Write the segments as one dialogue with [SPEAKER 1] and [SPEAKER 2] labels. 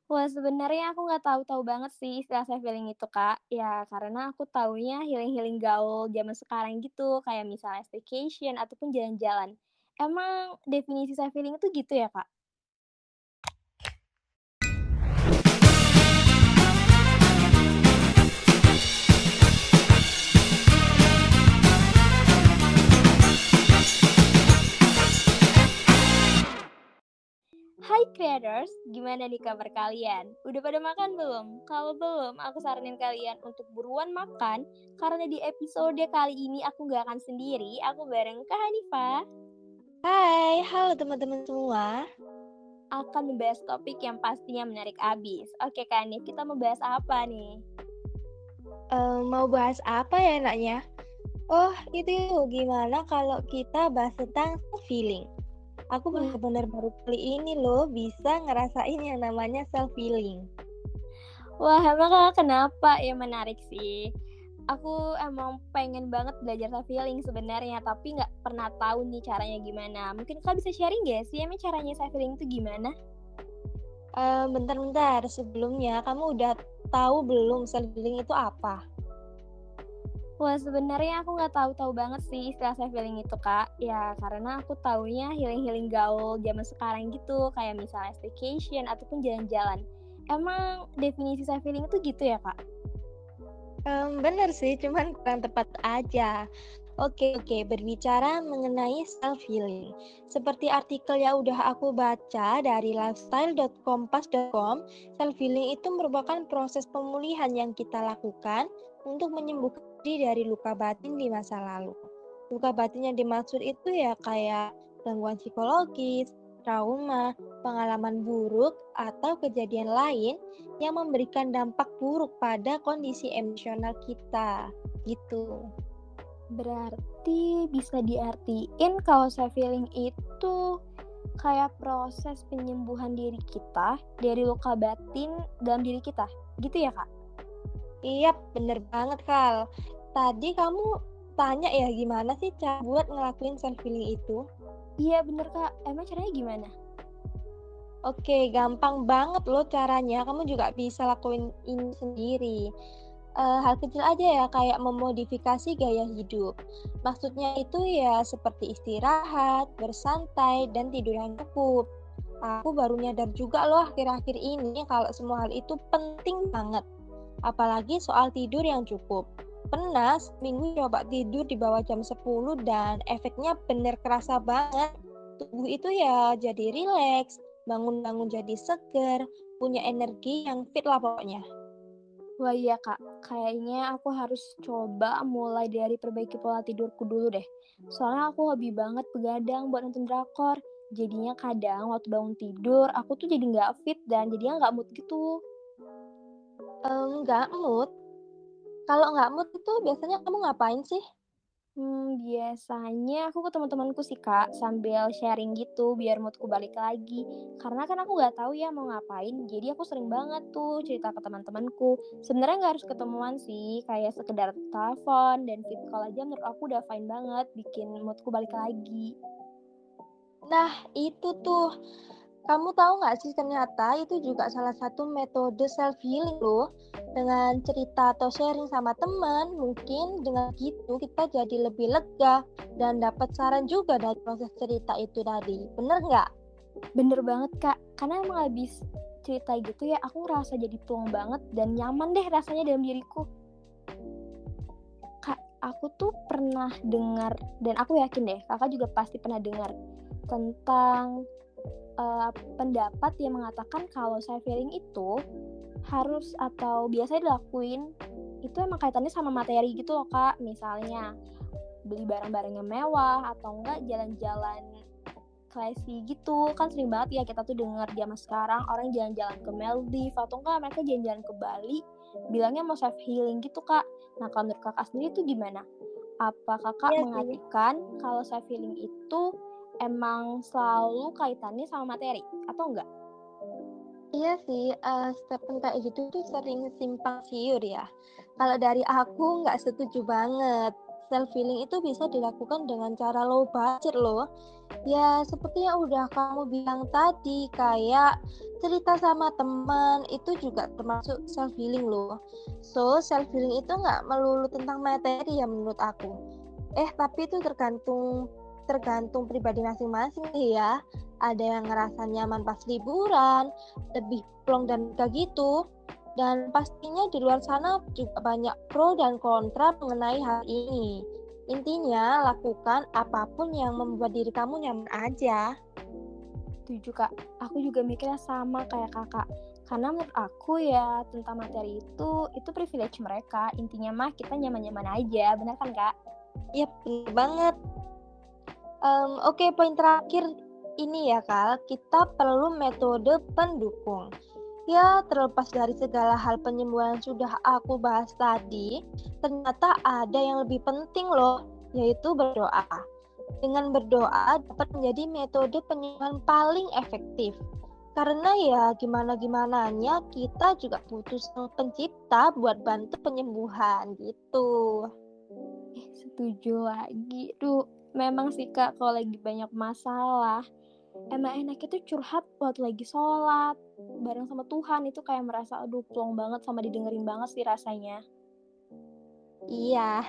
[SPEAKER 1] Wah, sebenarnya aku nggak tahu-tahu banget sih istilah self healing itu, Kak. Ya, karena aku taunya healing-healing gaul zaman sekarang gitu, kayak misalnya staycation ataupun jalan-jalan. Emang definisi self healing itu gitu ya, Kak? Hai creators, gimana nih kabar kalian? Udah pada makan belum? Kalau belum, aku saranin kalian untuk buruan makan, karena di episode kali ini aku nggak akan sendiri, aku bareng Kak Hanifah
[SPEAKER 2] Hai, halo teman-teman semua.
[SPEAKER 1] akan membahas topik yang pastinya menarik abis. Oke Kak Hanif, kita mau bahas apa nih?
[SPEAKER 2] Mau bahas apa ya enaknya? Oh, itu gimana kalau kita bahas tentang self healing? Aku
[SPEAKER 1] Wah,
[SPEAKER 2] bener-bener baru kali ini loh bisa ngerasain yang namanya self healing.
[SPEAKER 1] wah, emang Kakak kenapa? Ya menarik sih. Aku emang pengen banget belajar self healing sebenarnya, tapi nggak pernah tahu nih caranya gimana. Mungkin Kak bisa sharing nggak sih emang caranya self healing itu gimana?
[SPEAKER 2] Bentar-bentar, sebelumnya kamu udah tahu belum self healing itu apa?
[SPEAKER 1] Wah, sebenarnya aku nggak tahu-tahu banget sih istilah self healing itu, Kak. Ya, karena aku taunya healing-healing gaul zaman sekarang gitu, kayak misalnya staycation ataupun jalan-jalan. Emang definisi self healing itu gitu ya, Kak?
[SPEAKER 2] Bener sih, cuman kurang tepat aja. Oke, berbicara mengenai self healing. Seperti artikel yang udah aku baca dari lifestyle.kompas.com, self healing itu merupakan proses pemulihan yang kita lakukan untuk menyembuhkan diri dari luka batin di masa lalu. Luka batin yang dimaksud itu ya kayak gangguan psikologis, trauma, pengalaman buruk, atau kejadian lain yang memberikan dampak buruk pada kondisi emosional kita. Gitu.
[SPEAKER 1] Berarti bisa diartiin kalau self healing itu kayak proses penyembuhan diri kita dari luka batin dalam diri kita. Gitu ya, Kak?
[SPEAKER 2] Iya, bener banget, Kal. Tadi kamu tanya ya gimana sih cara buat ngelakuin self healing itu?
[SPEAKER 1] Iya, bener, Kak. Emang caranya gimana?
[SPEAKER 2] Oke, gampang banget loh caranya. Kamu juga bisa lakuin ini sendiri. Hal kecil aja ya, kayak memodifikasi gaya hidup. Maksudnya itu ya seperti istirahat, bersantai, dan tidur yang cukup. Aku baru nyadar juga loh akhir-akhir ini kalau semua hal itu penting banget. Apalagi soal tidur yang cukup. Pernah seminggu coba tidur di bawah jam 10 dan efeknya bener kerasa banget. Tubuh itu ya jadi rileks, bangun-bangun jadi seger, punya energi yang fit lah pokoknya.
[SPEAKER 1] Wah iya Kak, kayaknya aku harus coba mulai dari perbaiki pola tidurku dulu deh. Soalnya aku hobi banget begadang buat nonton drakor. Jadinya kadang waktu bangun tidur, aku tuh jadi nggak fit dan jadinya nggak mood gitu.
[SPEAKER 2] Nggak mood. Kalau nggak mood itu biasanya kamu ngapain sih?
[SPEAKER 1] Biasanya aku ke teman-temanku sih Kak, sambil sharing gitu biar moodku balik lagi. Karena kan aku nggak tahu ya mau ngapain, jadi aku sering banget tuh cerita ke teman-temanku. Sebenarnya nggak harus ketemuan sih, kayak sekedar telepon dan video call aja menurut aku udah fine banget bikin moodku balik lagi.
[SPEAKER 2] Nah, itu tuh. Kamu tahu nggak sih ternyata itu juga salah satu metode self healing loh. Dengan cerita atau sharing sama teman, mungkin dengan gitu kita jadi lebih lega dan dapat saran juga dari proses cerita itu tadi. Bener nggak?
[SPEAKER 1] Bener banget Kak, karena emang habis cerita gitu ya aku ngerasa jadi plong banget dan nyaman deh rasanya dalam diriku. Kak, aku tuh pernah dengar dan aku yakin deh Kakak juga pasti pernah dengar tentang, pendapat yang mengatakan kalau self healing itu harus atau biasanya dilakuin itu emang kaitannya sama materi gitu loh, Kak. Misalnya beli barang-barang yang mewah atau enggak jalan-jalan classy gitu. Kan sering banget ya kita tuh dengar zaman sekarang orang jalan-jalan ke Maldives atau enggak mereka jalan-jalan ke Bali bilangnya mau self healing gitu, Kak. Nah, kalau menurut Kakak sendiri tuh gimana? Apa Kakak
[SPEAKER 2] Iya sih.
[SPEAKER 1] mengartikan kalau self healing itu emang selalu kaitannya sama materi atau enggak?
[SPEAKER 2] Iya sih, statement kayak gitu tuh sering simpang siur ya. Kalau dari aku nggak setuju banget. self healing itu bisa dilakukan dengan cara low budget loh. Ya seperti yang udah kamu bilang tadi, kayak cerita sama teman itu juga termasuk self healing loh. So self healing itu nggak melulu tentang materi ya menurut aku. Tapi itu tergantung pribadi masing-masing nih ya. Ada yang ngerasa nyaman pas liburan, lebih plong dan kayak gitu. Dan pastinya di luar sana juga banyak pro dan kontra mengenai hal ini. Intinya, lakukan apapun yang membuat diri kamu nyaman aja.
[SPEAKER 1] Setuju Kak, aku juga mikirnya sama kayak Kakak. Karena menurut aku ya tentang materi itu privilege mereka. Intinya mah kita nyaman-nyaman aja, benar kan Kak?
[SPEAKER 2] Yap, bener banget. Oke, poin terakhir ini ya Kak, kita perlu metode pendukung. Ya, terlepas dari segala hal penyembuhan yang sudah aku bahas tadi, ternyata ada yang lebih penting loh, yaitu berdoa. Dengan berdoa dapat menjadi metode penyembuhan paling efektif. Karena ya gimana-gimananya kita juga butuh sang pencipta buat bantu penyembuhan gitu.
[SPEAKER 1] Setuju lagi. Memang sih Kak, kalau lagi banyak masalah, emang enaknya tuh curhat waktu lagi sholat bareng sama Tuhan. Itu kayak merasa aduh plong banget sama didengerin banget sih rasanya.
[SPEAKER 2] Iya.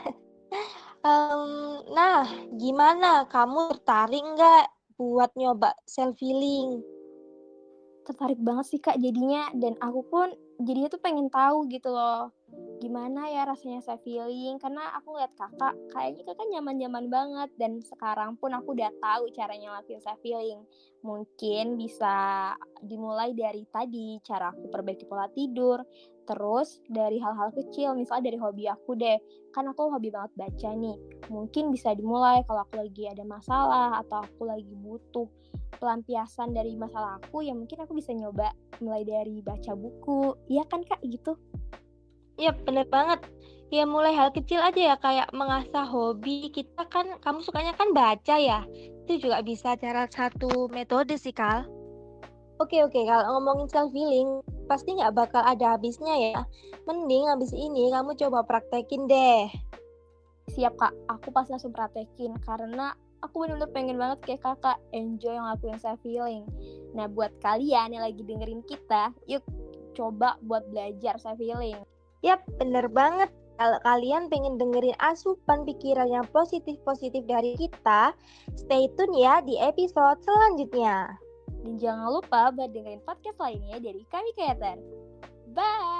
[SPEAKER 2] Nah, gimana? Kamu tertarik nggak buat nyoba self healing?
[SPEAKER 1] Tertarik banget sih Kak jadinya, dan aku pun jadinya tuh pengen tahu gitu loh gimana ya rasanya self healing, karena aku ngeliat kakak kayaknya kakak nyaman-nyaman banget, dan sekarang pun aku udah tahu caranya ngelakuin self healing. Mungkin bisa dimulai dari tadi cara aku perbaiki pola tidur, terus dari hal-hal kecil, misalnya dari hobi aku deh, kan aku hobi banget baca nih, mungkin bisa dimulai kalau aku lagi ada masalah atau aku lagi butuh pelampiasan dari masalah aku, ya mungkin aku bisa nyoba mulai dari baca buku. Iya kan Kak gitu?
[SPEAKER 2] Iya, bener banget. Ya mulai hal kecil aja ya, kayak mengasah hobi. Kita kan, kamu sukanya kan baca ya. Itu juga bisa cara satu metode sih, Kal. Oke, kalau ngomongin self healing, pasti nggak bakal ada habisnya ya. Mending habis ini kamu coba praktekin deh.
[SPEAKER 1] Siap Kak, aku pasti langsung praktekin karena aku bener-bener pengen banget kayak kakak enjoy ngelakuin self healing. Nah buat kalian yang lagi dengerin kita, yuk coba buat belajar self healing.
[SPEAKER 2] Yap, bener banget. Kalau kalian pengen dengerin asupan pikiran yang positif-positif dari kita, stay tune ya di episode selanjutnya.
[SPEAKER 1] Dan jangan lupa buat dengerin podcast lainnya dari kami Creator. Bye!